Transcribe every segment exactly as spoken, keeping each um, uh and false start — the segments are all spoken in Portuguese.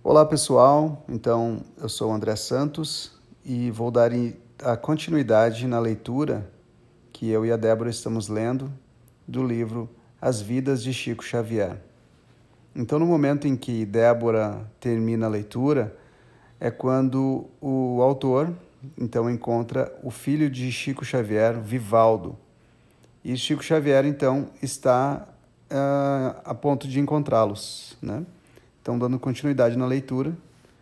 Olá pessoal, então eu sou o André Santos e vou dar a continuidade na leitura que eu e a Débora estamos lendo do livro As Vidas de Chico Xavier. Então no momento em que Débora termina a leitura é quando o autor então encontra o filho de Chico Xavier, Vivaldo. E Chico Xavier então está uh, a ponto de encontrá-los, né? Então, dando continuidade na leitura.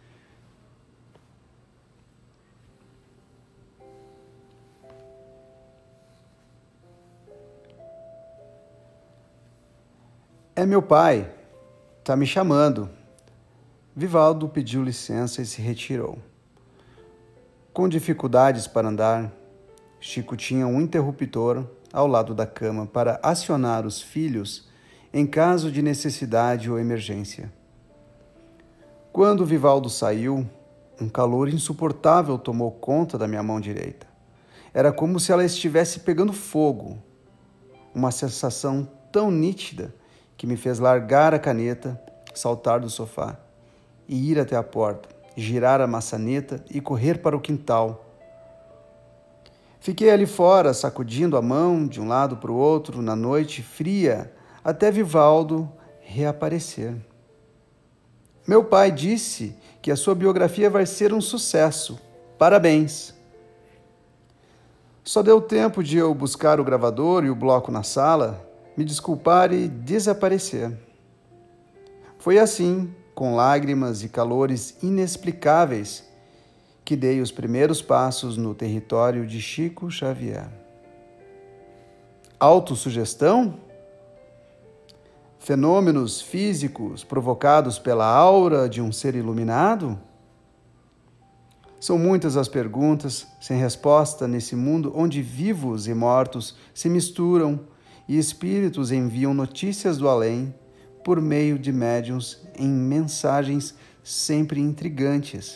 É meu pai, tá me chamando. Vivaldo pediu licença e se retirou. Com dificuldades para andar, Chico tinha um interruptor ao lado da cama para acionar os filhos em caso de necessidade ou emergência. Quando Vivaldo saiu, um calor insuportável tomou conta da minha mão direita. Era como se ela estivesse pegando fogo. Uma sensação tão nítida que me fez largar a caneta, saltar do sofá e ir até a porta, girar a maçaneta e correr para o quintal. Fiquei ali fora, sacudindo a mão de um lado para o outro na noite fria, até Vivaldo reaparecer. Meu pai disse que a sua biografia vai ser um sucesso. Parabéns! Só deu tempo de eu buscar o gravador e o bloco na sala, me desculpar e desaparecer. Foi assim, com lágrimas e calores inexplicáveis, que dei os primeiros passos no território de Chico Xavier. Autossugestão? Fenômenos físicos provocados pela aura de um ser iluminado? São muitas as perguntas sem resposta nesse mundo onde vivos e mortos se misturam e espíritos enviam notícias do além por meio de médiuns em mensagens sempre intrigantes.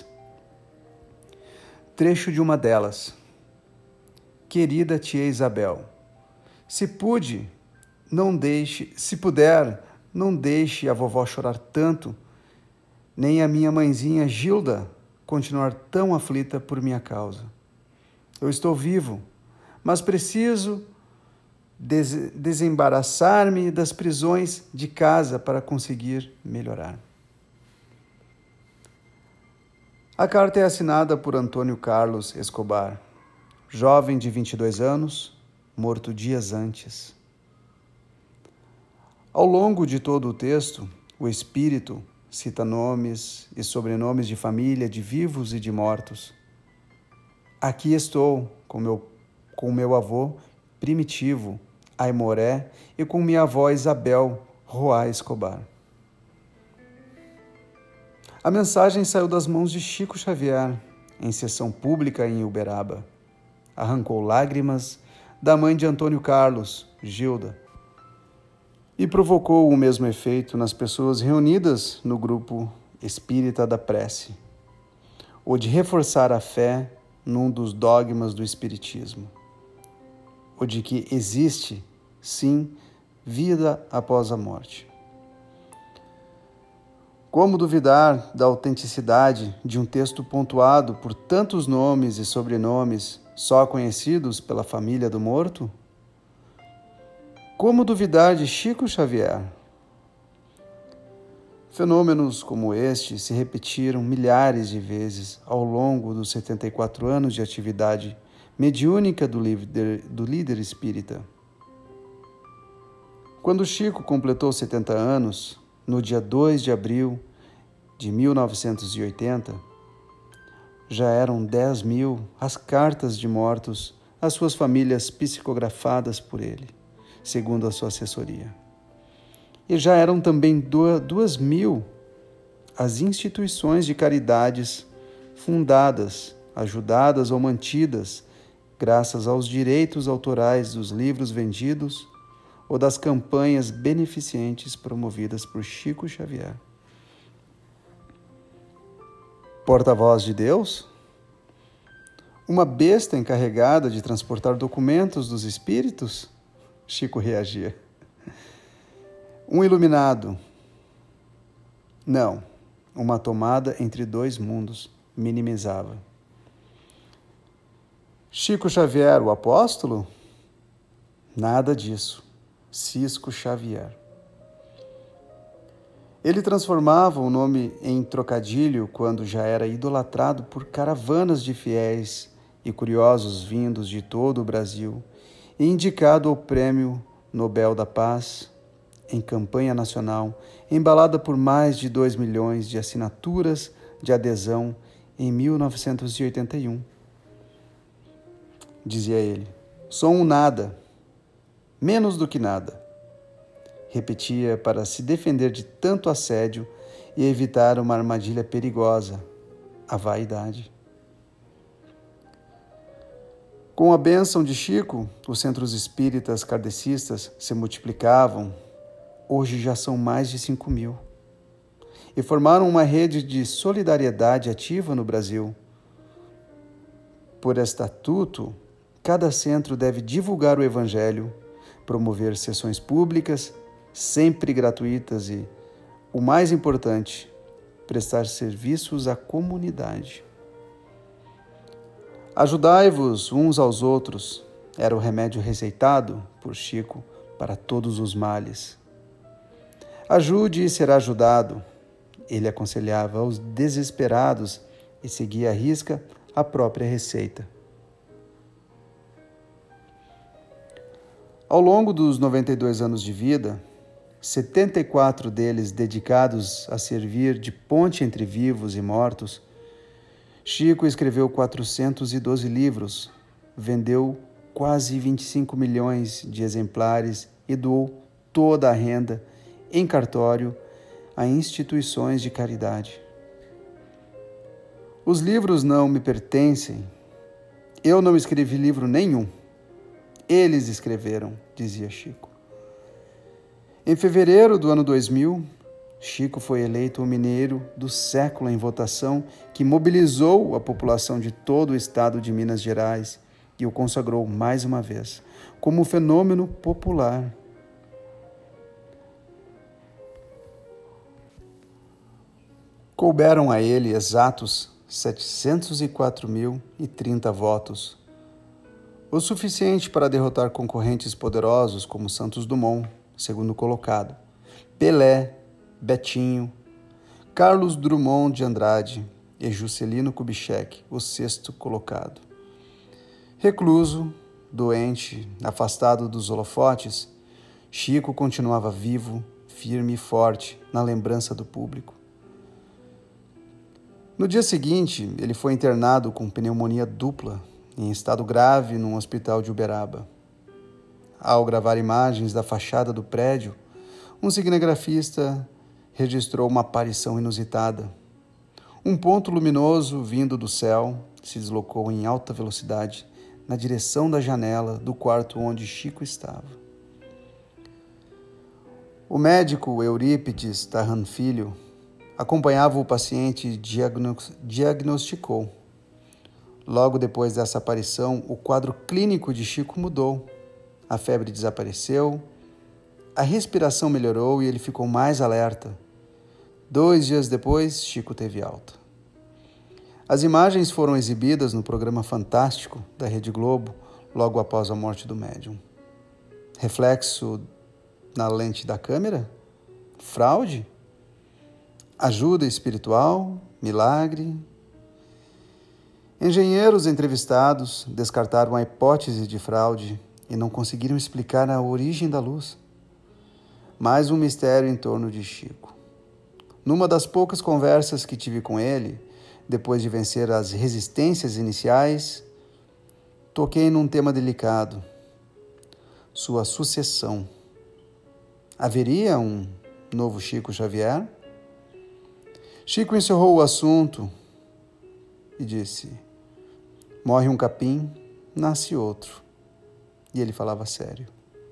Trecho de uma delas. Querida tia Isabel, se pude, não deixe, se puder, não deixe a vovó chorar tanto, nem a minha mãezinha Gilda continuar tão aflita por minha causa. Eu estou vivo, mas preciso des- desembaraçar-me das prisões de casa para conseguir melhorar. A carta é assinada por Antônio Carlos Escobar, jovem de vinte e dois anos, morto dias antes. Ao longo de todo o texto, o espírito cita nomes e sobrenomes de família, de vivos e de mortos. Aqui estou com meu, com meu avô Primitivo, Aimoré, e com minha avó Isabel Roá Escobar. A mensagem saiu das mãos de Chico Xavier, em sessão pública em Uberaba. Arrancou lágrimas da mãe de Antônio Carlos, Gilda, e provocou o mesmo efeito nas pessoas reunidas no grupo espírita da prece, o de reforçar a fé num dos dogmas do espiritismo, o de que existe, sim, vida após a morte. Como duvidar da autenticidade de um texto pontuado por tantos nomes e sobrenomes só conhecidos pela família do morto? Como duvidar de Chico Xavier? Fenômenos como este se repetiram milhares de vezes ao longo dos setenta e quatro anos de atividade mediúnica do líder, do líder espírita. Quando Chico completou setenta anos, no dia dois de abril de mil novecentos e oitenta, já eram dez mil as cartas de mortos às suas famílias psicografadas por ele, segundo a sua assessoria. E já eram também duas mil as instituições de caridades fundadas, ajudadas ou mantidas graças aos direitos autorais dos livros vendidos ou das campanhas beneficentes promovidas por Chico Xavier. Porta-voz de Deus? Uma besta encarregada de transportar documentos dos espíritos? Chico reagia. Um iluminado? Não, uma tomada entre dois mundos, minimizava. Chico Xavier, o apóstolo? Nada disso. Cisco Xavier. Ele transformava o nome em trocadilho quando já era idolatrado por caravanas de fiéis e curiosos vindos de todo o Brasil e indicado ao Prêmio Nobel da Paz em campanha nacional, embalada por mais de dois milhões de assinaturas de adesão em mil novecentos e oitenta e um. Dizia ele, sou um nada, menos do que nada. Repetia para se defender de tanto assédio e evitar uma armadilha perigosa, a vaidade. Com a bênção de Chico, os centros espíritas kardecistas se multiplicavam, hoje já são mais de cinco mil, e formaram uma rede de solidariedade ativa no Brasil. Por estatuto, cada centro deve divulgar o Evangelho, promover sessões públicas, sempre gratuitas e, o mais importante, prestar serviços à comunidade. Ajudai-vos uns aos outros era o remédio receitado por Chico para todos os males. Ajude e será ajudado. Ele aconselhava aos desesperados e seguia à risca a própria receita. Ao longo dos noventa e dois anos de vida, setenta e quatro deles dedicados a servir de ponte entre vivos e mortos, Chico escreveu quatrocentos e doze livros, vendeu quase vinte e cinco milhões de exemplares e doou toda a renda em cartório a instituições de caridade. Os livros não me pertencem. Eu não escrevi livro nenhum. Eles escreveram, dizia Chico. Em fevereiro do ano dois mil, Chico foi eleito o mineiro do século em votação que mobilizou a população de todo o estado de Minas Gerais e o consagrou mais uma vez como um fenômeno popular. Couberam a ele exatos setecentos e quatro mil e trinta votos, o suficiente para derrotar concorrentes poderosos como Santos Dumont, segundo colocado, Pelé, Betinho, Carlos Drummond de Andrade e Juscelino Kubitschek, o sexto colocado. Recluso, doente, afastado dos holofotes, Chico continuava vivo, firme e forte na lembrança do público. No dia seguinte, ele foi internado com pneumonia dupla, em estado grave, num hospital de Uberaba. Ao gravar imagens da fachada do prédio, um cinegrafista registrou uma aparição inusitada. Um ponto luminoso vindo do céu se deslocou em alta velocidade na direção da janela do quarto onde Chico estava. O médico Eurípides Tarran Filho acompanhava o paciente e diagnosticou. Logo depois dessa aparição, o quadro clínico de Chico mudou. A febre desapareceu, a respiração melhorou e ele ficou mais alerta. Dois dias depois, Chico teve alta. As imagens foram exibidas no programa Fantástico da Rede Globo, logo após a morte do médium. Reflexo na lente da câmera? Fraude? Ajuda espiritual? Milagre? Engenheiros entrevistados descartaram a hipótese de fraude e não conseguiram explicar a origem da luz. Mais um mistério em torno de Chico. Numa das poucas conversas que tive com ele, depois de vencer as resistências iniciais, toquei num tema delicado: sua sucessão. Haveria um novo Chico Xavier? Chico encerrou o assunto e disse: morre um capim, nasce outro. E ele falava sério.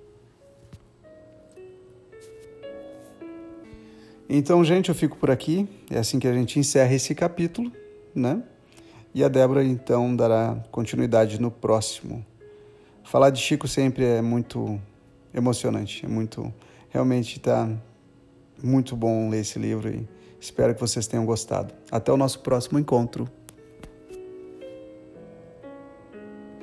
Então, gente, eu fico por aqui. É assim que a gente encerra esse capítulo, né? E a Débora, então, dará continuidade no próximo. Falar de Chico sempre é muito emocionante. É muito... Realmente está Muito bom ler esse livro e espero que vocês tenham gostado. Até o nosso próximo encontro.